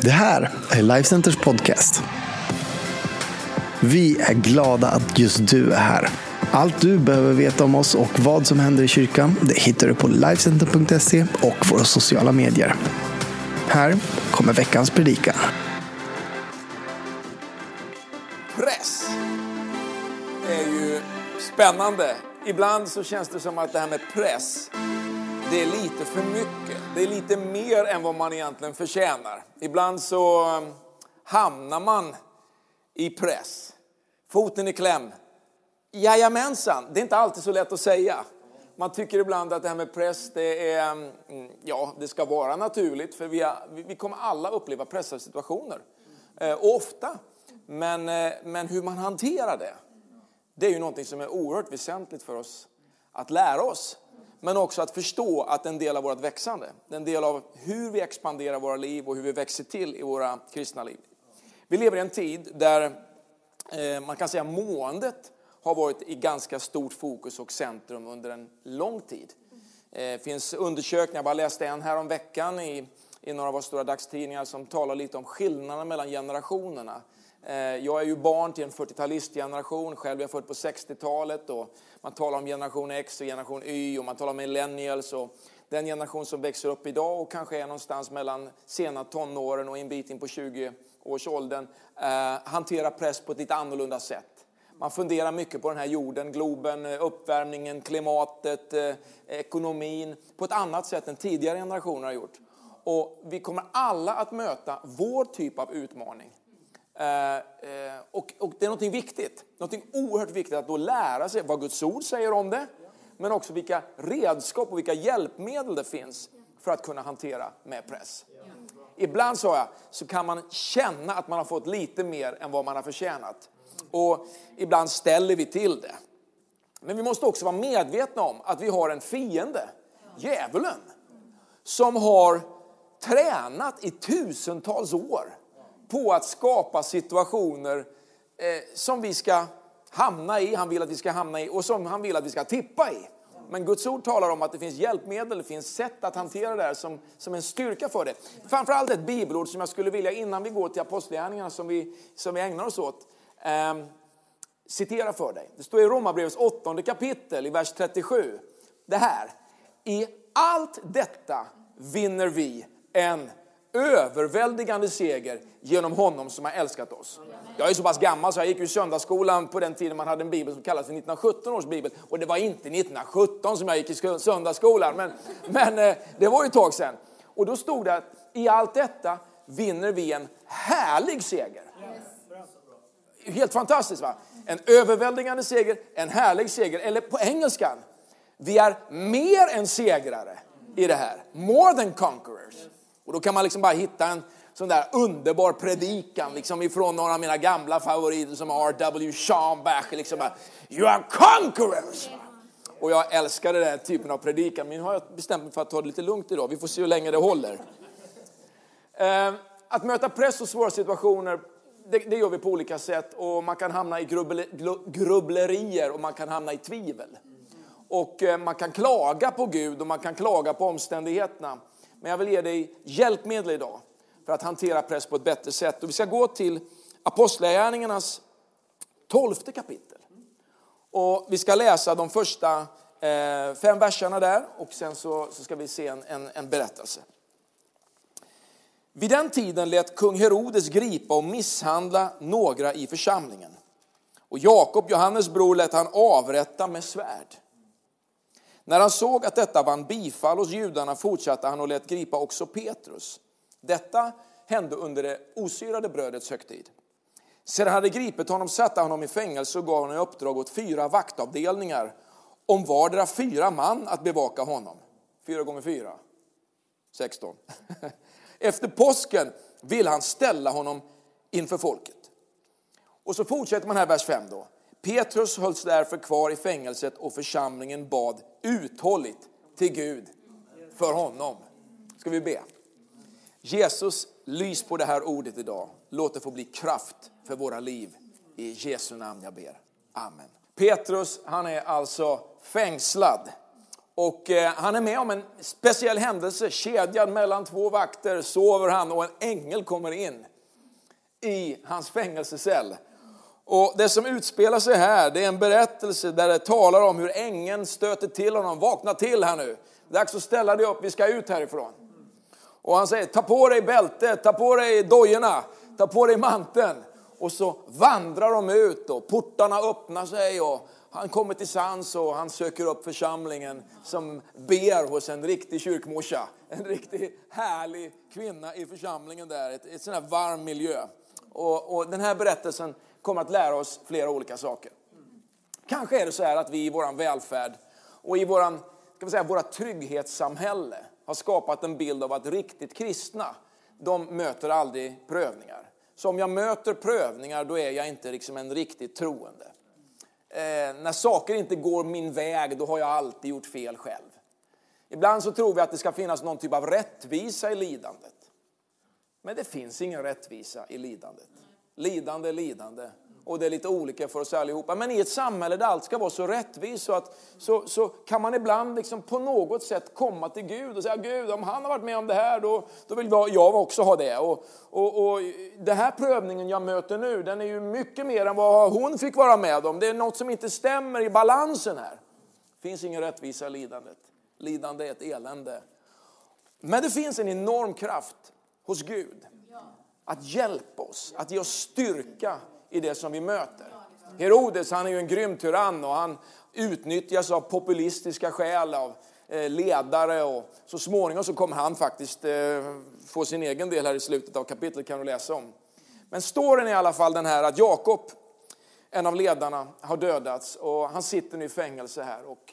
Det här är Life Centers podcast. Vi är glada att just du är här. Allt du behöver veta om oss och vad som händer i kyrkan, det hittar du på lifecenter.se och våra sociala medier. Här kommer veckans predikan. Press är ju spännande. Ibland så känns det som att det här med press, det är lite för mycket. Det är lite mer än vad man egentligen förtjänar. Ibland så hamnar man i press. Foten i kläm. Jajamensan, det är inte alltid så lätt att säga. Man tycker ibland att det här med press, det ska vara naturligt. För vi kommer alla uppleva pressade situationer. Ofta. Men hur man hanterar det är ju någonting som är oerhört väsentligt för oss att lära oss. Men också att förstå att en del av vårt växande. En del av hur vi expanderar våra liv och hur vi växer till i våra kristna liv. Vi lever i en tid där man kan säga måendet har varit i ganska stort fokus och centrum under en lång tid. Det finns undersökningar, jag bara läste en här om veckan i några av våra stora dagstidningar som talar lite om skillnaderna mellan generationerna. Jag är ju barn till en 40-talistgeneration, själv är jag född på 60-talet och man talar om generation X och generation Y och man talar om millennials och den generation som växer upp idag och kanske är någonstans mellan sena tonåren och en bit in på 20-årsåldern hanterar press på ett lite annorlunda sätt. Man funderar mycket på den här jorden, globen, uppvärmningen, klimatet, ekonomin på ett annat sätt än tidigare generationer har gjort. Och vi kommer alla att möta vår typ av utmaning. Och det är någonting viktigt, någonting oerhört viktigt att då lära sig vad Guds ord säger om det. Men också vilka redskap och vilka hjälpmedel det finns för att kunna hantera med press. Ibland så kan man känna att man har fått lite mer än vad man har förtjänat. Och ibland ställer vi till det. Men vi måste också vara medvetna om att vi har en fiende, djävulen, som har tränat i tusentals år på att skapa situationer som vi ska hamna i, han vill att vi ska hamna i och som han vill att vi ska tippa i. Men Guds ord talar om att det finns hjälpmedel, det finns sätt att hantera det här som en styrka för det. Framförallt ett bibelord som jag skulle vilja innan vi går till apostlagärningarna som vi ägnar oss åt. Citera för dig. Det står i Romarbrevets 8:e kapitel i vers 37. Det här. I allt detta vinner vi en överväldigande seger genom honom som har älskat oss. Jag är så pass gammal så jag gick i söndagsskolan på den tiden man hade en bibel som kallades för 1917 års bibel. Och det var inte 1917 som jag gick i söndagsskolan. Men det var ju ett tag sedan. Och då stod det att i allt detta vinner vi en härlig seger. Helt fantastiskt, va? En överväldigande seger, en härlig seger. Eller på engelskan, vi är mer än segrare i det här. More than conquerors. Och då kan man liksom bara hitta en sån där underbar predikan liksom ifrån några av mina gamla favoriter som R.W. Schambach. Liksom bara, you are conquerors! Och jag älskar den här typen av predikan. Men nu har jag bestämt mig för att ta det lite lugnt idag. Vi får se hur länge det håller. Att möta press och svåra situationer, det gör vi på olika sätt. Och man kan hamna i grubblerier och man kan hamna i tvivel. Och man kan klaga på Gud och man kan klaga på omständigheterna. Men jag vill ge dig hjälpmedel idag för att hantera press på ett bättre sätt. Och vi ska gå till apostlagärningarnas 12:e kapitel. Och vi ska läsa de första 5 verserna där. Och sen så ska vi se en berättelse. Vid den tiden lät kung Herodes gripa och misshandla några i församlingen. Och Jakob, Johannes bror, lät han avrätta med svärd. När han såg att detta vann bifall hos judarna fortsatte han och lät gripa också Petrus. Detta hände under det osyrade brödets högtid. Sedan han hade gripit honom satte han honom i fängelse och gav honom i uppdrag åt 4 vaktavdelningar om vardera 4 man att bevaka honom. 4 gånger 4. 16. Efter påsken vill han ställa honom inför folket. Och så fortsätter man här vers 5 då. Petrus hölls därför kvar i fängelset och församlingen bad uthålligt till Gud för honom. Ska vi be? Jesus, lys på det här ordet idag. Låt det få bli kraft för våra liv. I Jesu namn jag ber. Amen. Petrus, han är alltså fängslad. Och han är med om en speciell händelse. Kedjad mellan två vakter sover han och en ängel kommer in i hans fängelsecell. Och det som utspelar sig här, det är en berättelse där det talar om hur ängeln stöter till honom. Vakna till här nu. Det är dags att ställa dig upp, vi ska ut härifrån. Och han säger, ta på dig bältet, ta på dig dojorna, ta på dig manteln. Och så vandrar de ut och portarna öppnar sig och han kommer till sans och han söker upp församlingen som ber hos en riktig kyrkmorsa. En riktigt härlig kvinna i församlingen där, ett sån här varm miljö. Och den här berättelsen kommer att lära oss flera olika saker. Kanske är det så här att vi i våran välfärd och i våra trygghetssamhälle har skapat en bild av att riktigt kristna, de möter aldrig prövningar. Så om jag möter prövningar, då är jag inte liksom en riktigt troende. När saker inte går min väg, då har jag alltid gjort fel själv. Ibland så tror vi att det ska finnas någon typ av rättvisa i lidandet. Men det finns ingen rättvisa i lidandet. Lidande är lidande. Och det är lite olika för oss allihopa. Men i ett samhälle där allt ska vara så rättvist så kan man ibland liksom på något sätt komma till Gud och säga, Gud, om han har varit med om det här, då vill jag också ha det. Och den här prövningen jag möter nu, den är ju mycket mer än vad hon fick vara med om. Det är något som inte stämmer i balansen här. Det finns ingen rättvisa i lidandet. Lidande är ett elände. Men det finns en enorm kraft hos Gud att hjälpa oss, att ge oss styrka i det som vi möter. Herodes, han är ju en grym tyrann och han utnyttjas av populistiska skäl, av ledare, och så småningom så kommer han faktiskt få sin egen del här i slutet av kapitlet, kan du läsa om. Men storyn är i alla fall den här att Jakob, en av ledarna, har dödats och han sitter nu i fängelse här. Och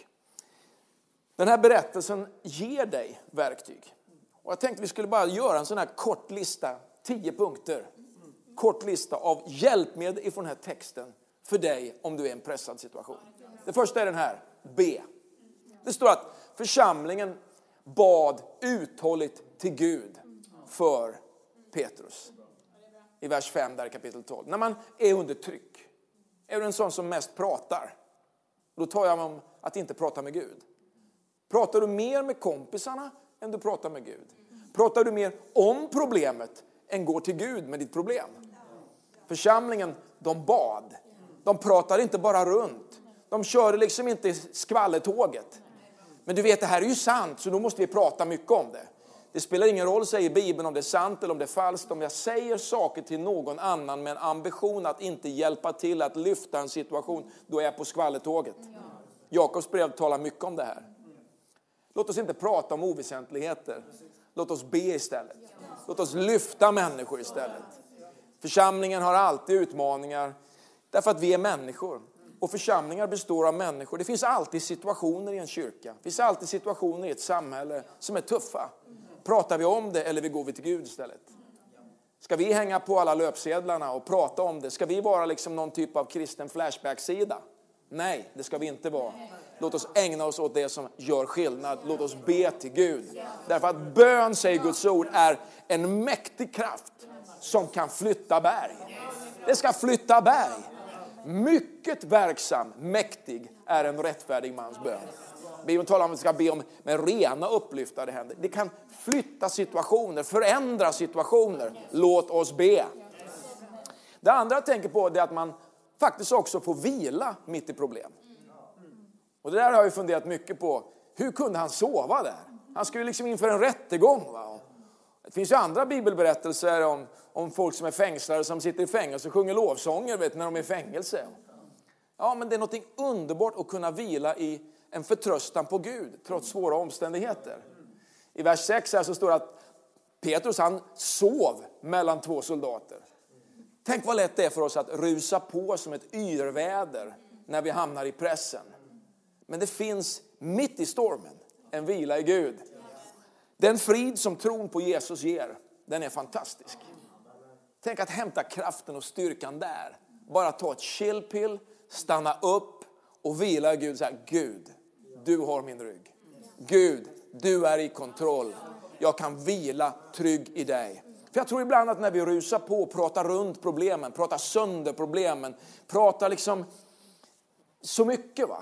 den här berättelsen ger dig verktyg. Och jag tänkte vi skulle bara göra en sån här kort lista, 10 punkter. Kort lista av hjälpmedel ifrån den här texten för dig om du är i en pressad situation. Det första är den här, be. Det står att församlingen bad uthålligt till Gud för Petrus. I vers 5 där i kapitel 12. När man är under tryck, är du en sån som mest pratar, då tar jag om att inte prata med Gud. Pratar du mer med kompisarna än du pratar med Gud? Pratar du mer om problemet än går till Gud med ditt problem? Församlingen, de bad. De pratade inte bara runt. De körde liksom inte skvalletåget. Men du vet, det här är ju sant, så då måste vi prata mycket om det. Det spelar ingen roll, säger Bibeln, om det är sant eller om det är falskt. Om jag säger saker till någon annan med en ambition att inte hjälpa till att lyfta en situation, då är jag på skvalletåget. Jakobs brev talar mycket om det här. Låt oss inte prata om oväsentligheter. Låt oss be istället. Låt oss lyfta människor istället. Församlingen har alltid utmaningar därför att vi är människor. Och församlingar består av människor. Det finns alltid situationer i en kyrka. Det finns alltid situationer i ett samhälle som är tuffa. Pratar vi om det eller går vi till Gud istället? Ska vi hänga på alla löpsedlarna och prata om det? Ska vi vara liksom någon typ av kristen flashback-sida? Nej, det ska vi inte vara. Låt oss ägna oss åt det som gör skillnad. Låt oss be till Gud. Därför att bön, säger Guds ord, är en mäktig kraft som kan flytta berg. Det ska flytta berg. Mycket verksam, mäktig är en rättfärdig mans bön. Bibeln talar om att vi ska be om med rena upplyftade händer. Det kan flytta situationer, förändra situationer. Låt oss be. Det andra jag tänker på är att man faktiskt också får vila mitt i problem. Och det där har jag funderat mycket på. Hur kunde han sova där? Han skulle liksom inför en rättegång. Va? Det finns ju andra bibelberättelser om folk som är fängslade som sitter i fängelse och sjunger lovsånger när de är i fängelse. Ja, men det är något underbart att kunna vila i en förtröstan på Gud trots svåra omständigheter. I vers 6 här så står det att Petrus, han sov mellan 2 soldater. Tänk vad lätt det är för oss att rusa på som ett yrväder när vi hamnar i pressen. Men det finns mitt i stormen en vila i Gud. Den frid som tron på Jesus ger, den är fantastisk. Tänk att hämta kraften och styrkan där. Bara ta ett chillpill, stanna upp och vila i Gud. Så här, Gud, du har min rygg. Gud, du är i kontroll. Jag kan vila trygg i dig. För jag tror ibland att när vi rusar på och pratar runt problemen, pratar sönder problemen, pratar liksom så mycket, va,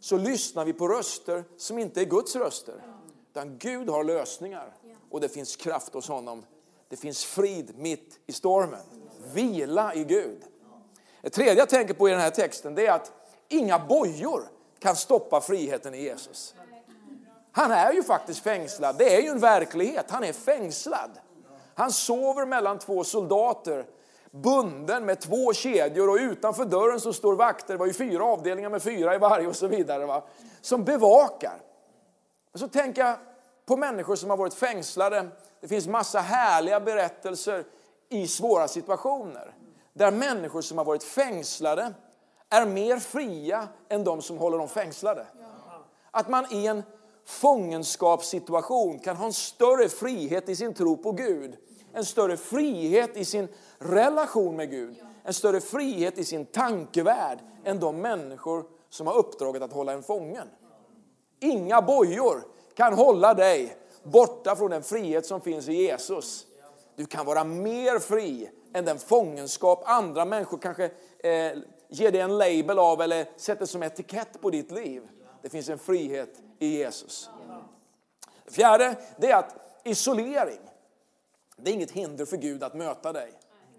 så lyssnar vi på röster som inte är Guds röster. Utan Gud har lösningar. Och det finns kraft hos honom. Det finns frid mitt i stormen. Vila i Gud. Det tredje jag tänker på i den här texten, det är att inga bojor kan stoppa friheten i Jesus. Han är ju faktiskt fängslad. Det är ju en verklighet. Han är fängslad. Han sover mellan 2 soldater. Bunden med 2 kedjor. Och utanför dörren så står vakter. Det var ju 4 avdelningar med 4 i varje och så vidare. Va? Som bevakar. Och så tänker jag på människor som har varit fängslade. Det finns massa härliga berättelser i svåra situationer. Där människor som har varit fängslade är mer fria än de som håller dem fängslade. Att man i en fångenskapssituation kan ha en större frihet i sin tro på Gud. En större frihet i sin relation med Gud. En större frihet i sin tankevärld än de människor som har uppdraget att hålla en fången. Inga bojor kan hålla dig borta från den frihet som finns i Jesus. Du kan vara mer fri än den fångenskap andra människor kanske ger dig en label av eller sätter som etikett på ditt liv. Det finns en frihet i Jesus. Det fjärde, det är att isolering, det är inget hinder för Gud att möta dig.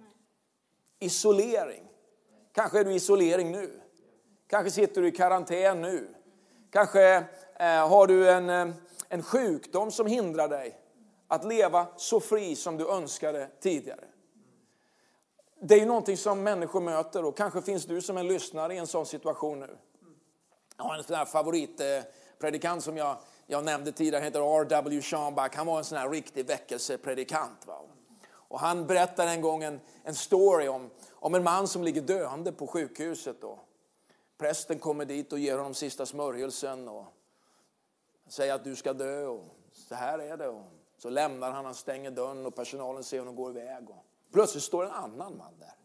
Isolering. Kanske är du i isolering nu. Kanske sitter du i karantän nu. Kanske har du en sjukdom som hindrar dig att leva så fri som du önskade tidigare. Det är ju någonting som människor möter och kanske finns du som en lyssnare i en sån situation nu. Jag har en sån här favoritpredikant som jag nämnde tidigare, heter R.W. Schambach. Han var en sån här riktig väckelsepredikant. Va? Och han berättade en gång en story om en man som ligger döende på sjukhuset. Då. Prästen kommer dit och ger honom sista smörjelsen och säger att du ska dö och så här är det. Och så lämnar han stänger dörren och personalen ser honom gå iväg. Och plötsligt står en annan man där.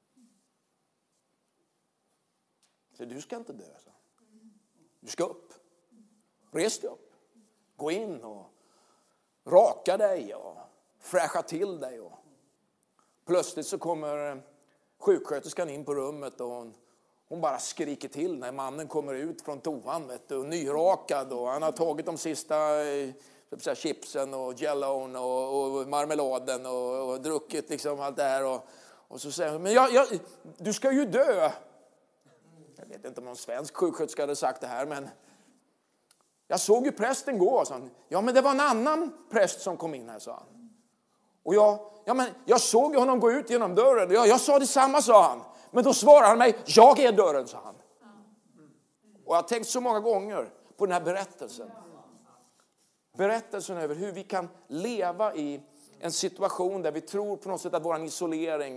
Så du ska inte dö. Så. Du ska upp. Res dig upp. Gå in och raka dig och fräscha till dig. Och plötsligt så kommer sjuksköterskan in på rummet och hon bara skriker till när mannen kommer ut från toan. Och nyrakad och han har tagit de sista chipsen och jellon och marmeladen och druckit liksom allt det här. Och så säger hon, men du ska ju dö. Jag vet inte om någon svensk sjuksköterska hade sagt det här, men jag såg ju prästen gå, sa han. Ja, men det var en annan präst som kom in här, sa han. Och jag såg honom gå ut genom dörren. Jag sa detsamma, sa han. Men då svarade han mig, jag är dörren, sa han. Och jag har tänkt så många gånger på den här berättelsen. Berättelsen över hur vi kan leva i en situation där vi tror på något sätt att vår isolering,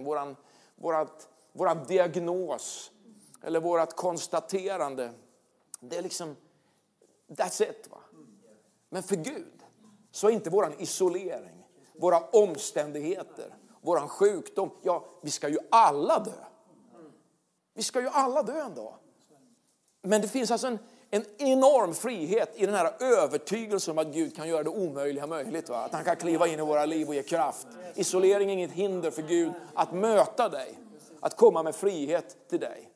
vår diagnos eller vårt konstaterande, det är liksom, that's it. Va? Men för Gud så är inte vår isolering, våra omständigheter, vår sjukdom, vi ska ju alla dö. Vi ska ju alla dö en dag. Men det finns alltså en enorm frihet i den här övertygelsen om att Gud kan göra det omöjliga möjligt. Va? Att han kan kliva in i våra liv och ge kraft. Isolering är inget hinder för Gud att möta dig. Att komma med frihet till dig.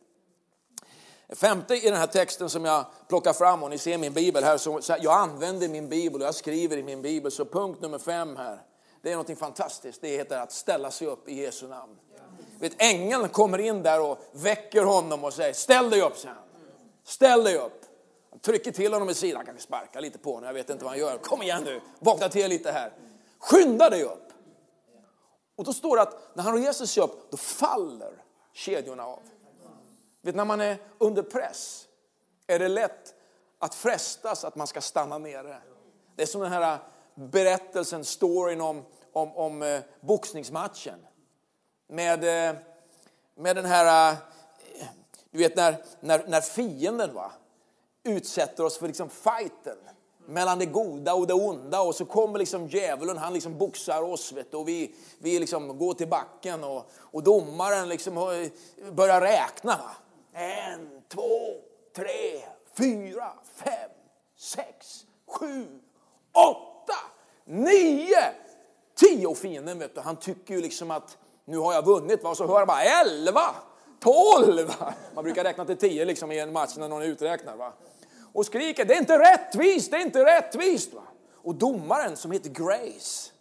Femte i den här texten som jag plockar fram, och ni ser min bibel här. Så jag använder min bibel och jag skriver i min bibel. Så punkt nummer 5 här. Det är något fantastiskt. Det heter att ställa sig upp i Jesu namn. Vet, ängeln kommer in där och väcker honom och säger, ställ dig upp, sen. Ställ dig upp. Han trycker till honom i sidan. Han kanske sparkar lite på honom. Jag vet inte vad han gör. Kom igen nu. Vakna till lite här. Skynda dig upp. Och då står det att när han reser sig upp, då faller kedjorna av. Vet, när man är under press är det lätt att frestas att man ska stanna nere. Det är som den här berättelsen, storyn om boxningsmatchen. Med den här, du vet när fienden utsätter oss för liksom fighten mellan det goda och det onda, och så kommer liksom djävulen, han liksom boxar oss, vet du, och vi liksom går till backen och domaren liksom börjar räkna, va? 1, 2, 3, 4, 5, 6, 7, 8, 9, 10, och fienden, vet du, han tycker ju liksom att nu har jag vunnit, va? Och så hör jag bara 11, 12. Man brukar räkna till 10 liksom i en match när någon är uträknad, va? Och skriker, det är inte rättvist, det är inte rättvist. Va? Och domaren som heter Grace,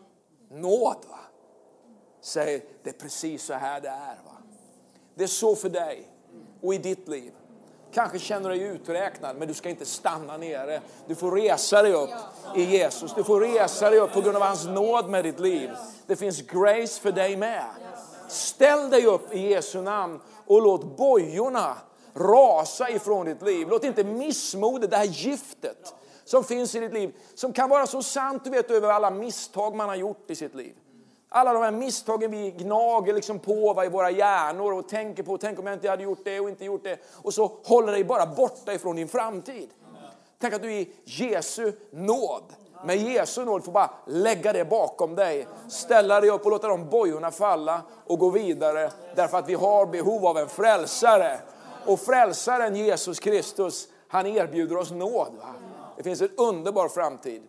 nåd, va? Säger, det är precis så här det är. Va? Det är så för dig och i ditt liv. Kanske känner du dig uträknad, men du ska inte stanna nere. Du får resa dig upp i Jesus. Du får resa dig upp på grund av hans nåd med ditt liv. Det finns grace för dig med. Ställ dig upp i Jesu namn och låt bojorna rasa ifrån ditt liv. Låt inte missmodet, det här giftet som finns i ditt liv, som kan vara så sant, du vet, över alla misstag man har gjort i sitt liv. Alla de här misstagen vi gnager liksom på i våra hjärnor och tänker på. Tänk om jag inte hade gjort det och inte gjort det. Och så håller dig bara borta ifrån din framtid. Tänk att du i Jesu nåd, med Jesu nåd, får bara lägga det bakom dig. Ställa dig upp och låta de bojorna falla och gå vidare. Därför att vi har behov av en frälsare. Och frälsaren Jesus Kristus, han erbjuder oss nåd. Va? Det finns en underbar framtid.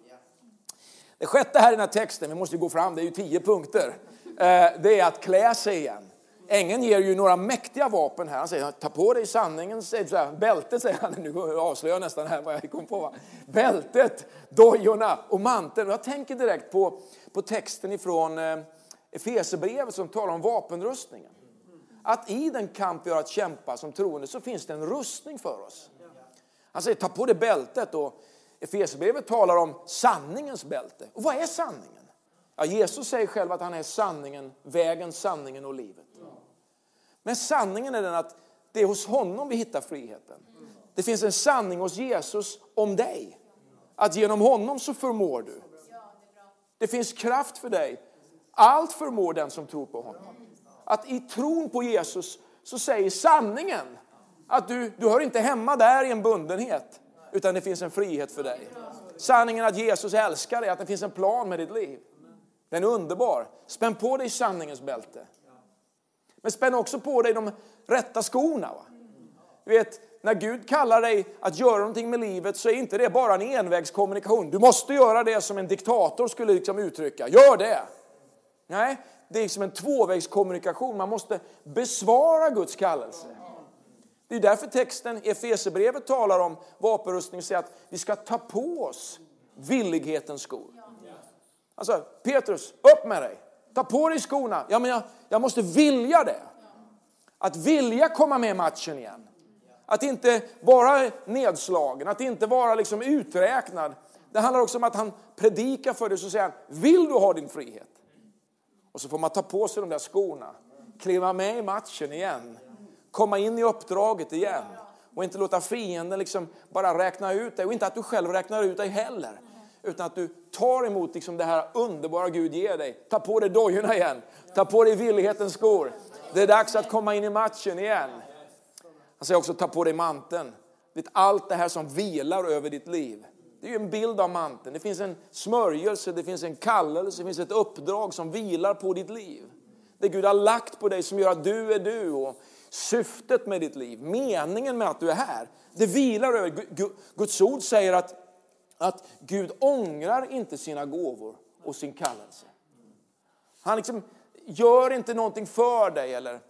Det sjätte här i den här texten, vi måste gå fram, det är ju 10 punkter. Det är att klä sig igen. Ängeln ger ju några mäktiga vapen här. Han säger, ta på dig sanningen, bältet säger han. Nu avslöjar jag nästan här vad jag kom på. Va? Bältet, dojorna och manteln. Jag tänker direkt på texten ifrån Efesierbrevet som talar om vapenrustningen. Att i den kamp vi har att kämpa som troende så finns det en rustning för oss. Han säger, ta på dig bältet, och Efesierbrevet talar om sanningens bälte. Och vad är sanningen? Ja, Jesus säger själv att han är sanningen, vägen, sanningen och livet. Men sanningen är den att det är hos honom vi hittar friheten. Det finns en sanning hos Jesus om dig. Att genom honom så förmår du. Det finns kraft för dig. Allt förmår den som tror på honom. Att i tron på Jesus så säger sanningen att du hör inte hemma där i en bundenhet. Utan det finns en frihet för dig. Sanningen att Jesus älskar dig, att det finns en plan med ditt liv. Den är underbar. Spänn på dig sanningens bälte. Men spänn också på dig de rätta skorna. Va? Du vet, när Gud kallar dig att göra någonting med livet så är inte det bara en envägskommunikation. Du måste göra det som en diktator skulle liksom uttrycka. Gör det! Nej, det är som en tvåvägskommunikation. Man måste besvara Guds kallelse. Det är därför texten i Efesierbrevet talar om vapenrustning och säger att vi ska ta på oss villighetens skor. Alltså, Petrus, upp med dig. Ta på dig skorna. Ja, men jag måste vilja det. Att vilja komma med i matchen igen. Att inte vara nedslagen. Att inte vara liksom uträknad. Det handlar också om att han predikar för dig och säger, vill du ha din frihet? Och så får man ta på sig de där skorna. Kliva med i matchen igen. Komma in i uppdraget igen. Och inte låta fienden liksom bara räkna ut dig. Och inte att du själv räknar ut dig heller. Utan att du tar emot liksom det här underbara Gud ger dig. Ta på dig dojorna igen. Ta på dig villighetens skor. Det är dags att komma in i matchen igen. Han säger också, ta på dig manteln. Allt det här som vilar över ditt liv. Det är ju en bild av manteln. Det finns en smörjelse, det finns en kallelse, det finns ett uppdrag som vilar på ditt liv. Det Gud har lagt på dig som gör att du är du. Och syftet med ditt liv, meningen med att du är här. Det vilar över. Guds ord säger att Gud ångrar inte sina gåvor och sin kallelse. Han liksom gör inte någonting för dig eller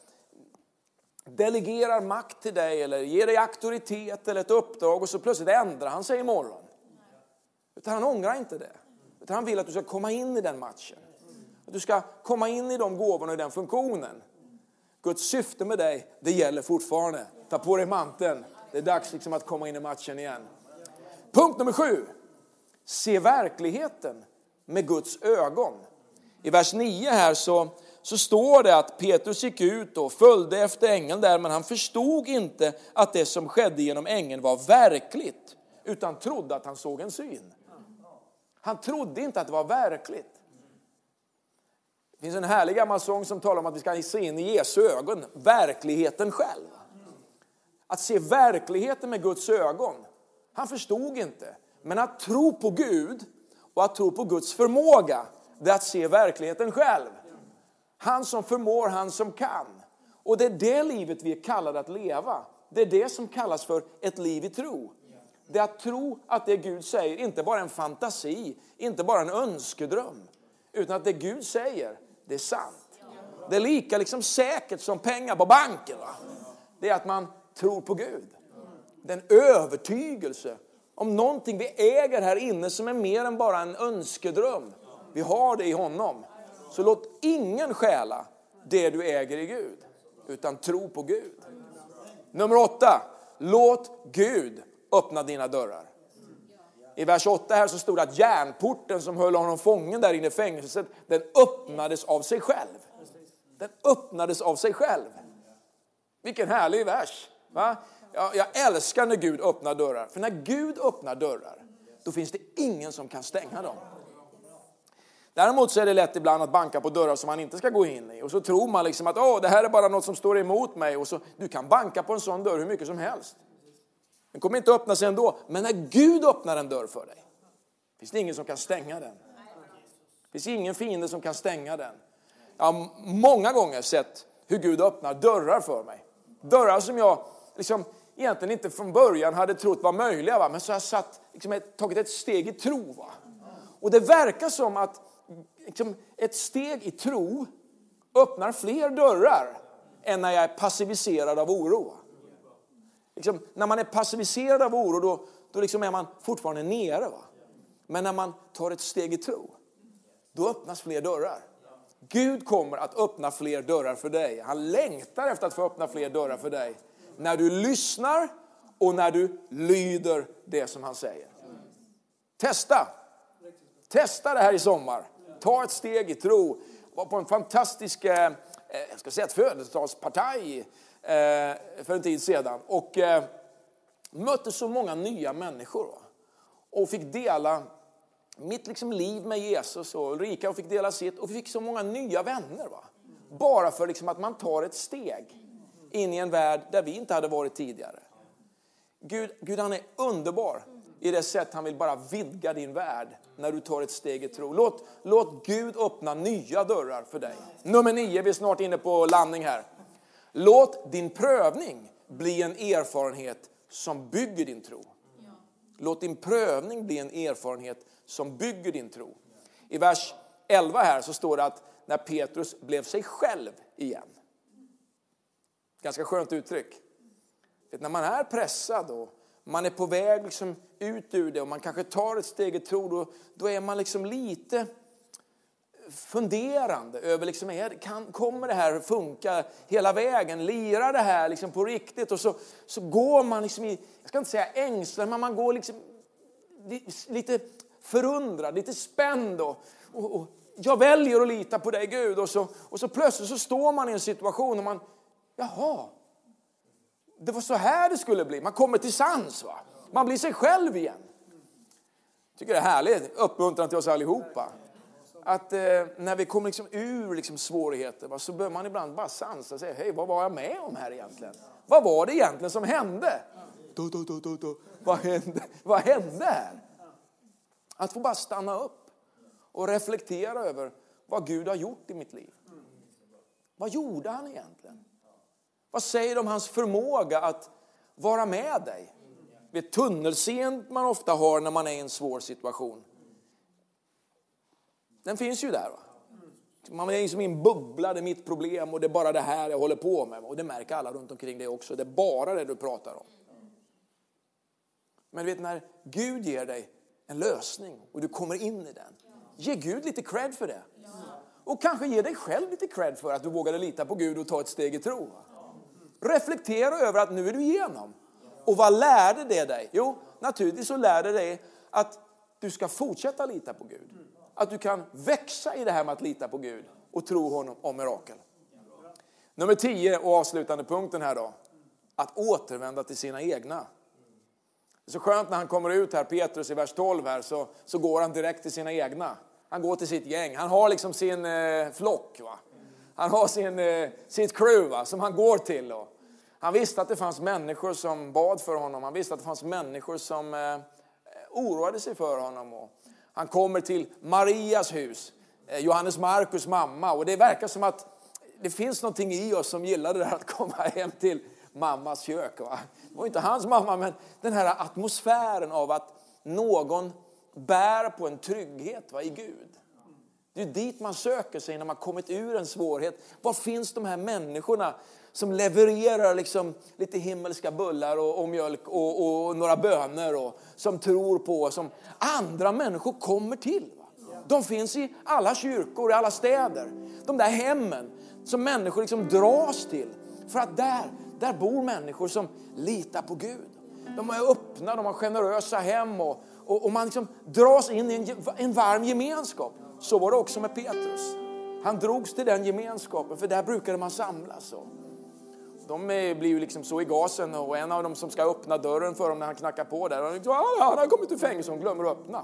delegerar makt till dig eller ger dig auktoritet eller ett uppdrag och så plötsligt ändrar han sig imorgon. Utan han ångrar inte det. Utan han vill att du ska komma in i den matchen. Att du ska komma in i de gåvorna och i den funktionen. Guds syfte med dig, det gäller fortfarande. Ta på dig manteln. Det är dags liksom att komma in i matchen igen. Punkt nummer 7. Se verkligheten med Guds ögon. I vers 9 här så står det att Petrus gick ut och följde efter ängeln där. Men han förstod inte att det som skedde genom ängeln var verkligt. Utan trodde att han såg en syn. Han trodde inte att det var verkligt. Det finns en härlig gammal sång som talar om att vi ska se in i Jesu ögon. Verkligheten själv. Att se verkligheten med Guds ögon. Han förstod inte. Men att tro på Gud och att tro på Guds förmåga. Det är att se verkligheten själv. Han som förmår, han som kan. Och det är det livet vi är kallade att leva. Det är det som kallas för ett liv i tro. Det är att tro att det Gud säger inte bara en fantasi. Inte bara en önskedröm. Utan att det Gud säger, det är sant. Det är lika liksom säkert som pengar på banken. Va? Det är att man tror på Gud. Det är en övertygelse om någonting vi äger här inne som är mer än bara en önskedröm. Vi har det i honom. Så låt ingen stjäla det du äger i Gud, utan tro på Gud. Nummer 8. Låt Gud öppna dina dörrar. I vers 8 här så stod det att järnporten som höll honom fången där inne i fängelset, den öppnades av sig själv. Den öppnades av sig själv. Vilken härlig vers. Va? Jag älskar när Gud öppnar dörrar. För när Gud öppnar dörrar, då finns det ingen som kan stänga dem. Däremot så är det lätt ibland att banka på dörrar som man inte ska gå in i. Och så tror man liksom att det här är bara något som står emot mig. Och så, du kan banka på en sån dörr hur mycket som helst. Den kommer inte öppna sig ändå. Men när Gud öppnar en dörr för dig, finns det ingen som kan stänga den. Det finns ingen fiende som kan stänga den. Jag har många gånger sett hur Gud öppnar dörrar för mig. Dörrar som jag liksom egentligen inte från början hade trott var möjliga. Va? Men så har jag tagit ett steg i tro. Va? Och det verkar som att ett steg i tro öppnar fler dörrar än när jag är passiviserad av oro. När man är passiviserad av oro då är man fortfarande nere. Va? Men när man tar ett steg i tro, då öppnas fler dörrar. Gud kommer att öppna fler dörrar för dig. Han längtar efter att få öppna fler dörrar för dig. När du lyssnar och när du lyder det som han säger. Testa det här i sommar. Ta ett steg i tro. Var på en fantastisk ett födelsedagspartaj för en tid sedan. Och mötte så många nya människor. Va? Och fick dela mitt liv med Jesus. Och Ulrika fick dela sitt. Och fick så många nya vänner. Va? Bara för att man tar ett steg in i en värld där vi inte hade varit tidigare. Gud han är underbar i det sätt han vill bara vidga din värld när du tar ett steg i tro. Låt Gud öppna nya dörrar för dig. Nummer 9, vi är snart inne på landning här. Låt din prövning bli en erfarenhet som bygger din tro. Låt din prövning bli en erfarenhet som bygger din tro. I vers 11 här så står det att när Petrus blev sig själv igen. Ganska skönt uttryck. När man är pressad och man är på väg ut ur det och man kanske tar ett steg i tro, då är man lite funderande över kommer det här funka hela vägen? Lirar det här på riktigt? Och så går man jag ska inte säga ängslan, men man går lite förundrad, lite spänd och jag väljer att lita på dig Gud och så plötsligt så står man i en situation och man det var så här det skulle bli. Man kommer till sans, va? Man blir sig själv igen. Jag tycker det är härligt, uppmuntran till oss allihopa. Att när vi kommer ur svårigheter, va, så bör man ibland bara sansa och säga, hej, vad var jag med om här egentligen? Vad var det egentligen som hände? Vad hände här? Att få bara stanna upp och reflektera över vad Gud har gjort i mitt liv. Vad gjorde han egentligen? Vad säger de om hans förmåga att vara med dig? Det tunnelseende man ofta har när man är i en svår situation. Den finns ju där. Va? Man är i en bubbla, det är mitt problem och det är bara det här jag håller på med. Och det märker alla runt omkring det också. Det är bara det du pratar om. Men du vet, när Gud ger dig en lösning och du kommer in i den. Ge Gud lite cred för det. Och kanske ge dig själv lite cred för att du vågade lita på Gud och ta ett steg i tro. Reflektera över att nu är du igenom. Och vad lärde det dig? Jo, naturligtvis så lärde det dig att du ska fortsätta lita på Gud. Att du kan växa i det här med att lita på Gud och tro honom om mirakel. Nummer 10 och avslutande punkten här då. Att återvända till sina egna. Det är så skönt när han kommer ut här, Petrus i vers 12 här, så går han direkt till sina egna. Han går till sitt gäng. Han har sin flock, va. Han har sitt crew, va, som han går till. Och han visste att det fanns människor som bad för honom. Han visste att det fanns människor som oroade sig för honom. Och han kommer till Marias hus, Johannes Markus mamma. Och det verkar som att det finns någonting i oss som gillar det där att komma hem till mammas kök. Va? Det var inte hans mamma, men den här atmosfären av att någon bär på en trygghet, va, i Gud. Det är dit man söker sig när man kommit ur en svårighet. Var finns de här människorna som levererar liksom lite himmelska bullar och mjölk och några bönor och som tror på, som andra människor kommer till? Va? De finns i alla kyrkor, i alla städer. De där hemmen som människor liksom dras till. För att där bor människor som litar på Gud. De är öppna, de har generösa hem och man liksom dras in i en varm gemenskap. Så var det också med Petrus. Han drogs till den gemenskapen, för där brukade man samlas. De blir ju liksom så i gasen, och en av dem som ska öppna dörren för dem när han knackar på där. Han har kommit till fängelse och glömmer att öppna.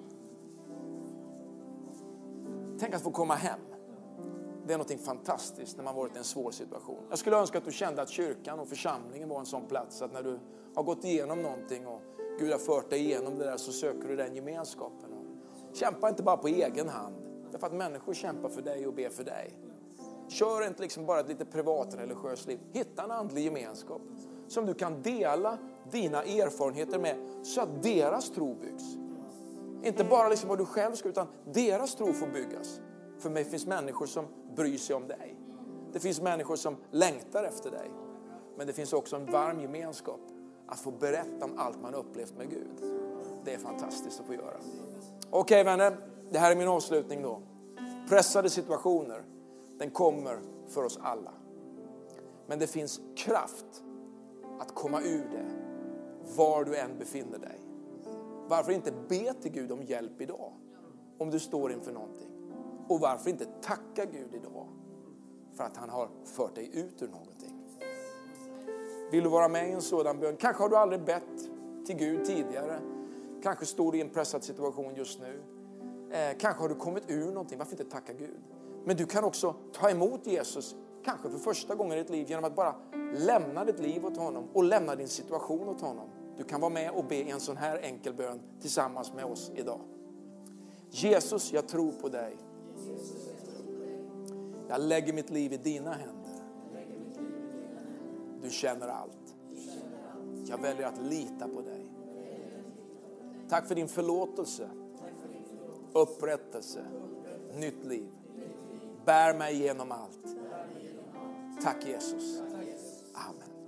Tänk att få komma hem. Det är något fantastiskt när man varit i en svår situation. Jag skulle önska att du kände att kyrkan och församlingen var en sån plats att när du har gått igenom någonting och Gud har fört dig igenom det där, så söker du den gemenskapen. Kämpa inte bara på egen hand. Därför att människor kämpar för dig och ber för dig. Kör inte liksom bara ett lite privat religiöst liv. Hitta en andlig gemenskap som du kan dela dina erfarenheter med, så att deras tro byggs. Inte bara liksom vad du själv ska, utan deras tro får byggas. För mig finns människor som bryr sig om dig. Det finns människor som längtar efter dig. Men det finns också en varm gemenskap att få berätta om allt man upplevt med Gud. Det är fantastiskt att få göra. Okej, vänner, det här är min avslutning då. Pressade situationer, den kommer för oss alla. Men det finns kraft att komma ur det var du än befinner dig. Varför inte be till Gud om hjälp idag om du står inför någonting? Och varför inte tacka Gud idag för att han har fört dig ut ur någonting? Vill du vara med i en sådan bön? Kanske har du aldrig bett till Gud tidigare. Kanske står du i en pressad situation just nu. Kanske har du kommit ur någonting. Varför inte tacka Gud? Men du kan också ta emot Jesus, kanske för första gången i ditt liv, genom att bara lämna ditt liv åt honom och lämna din situation åt honom. Du kan vara med och be en sån här enkel bön tillsammans med oss idag. Jesus, jag tror på dig. Jag lägger mitt liv i dina händer. Du känner allt. Jag väljer att lita på dig. Tack för din förlåtelse, upprättelse, nytt liv. Bär mig igenom allt. Tack Jesus. Amen.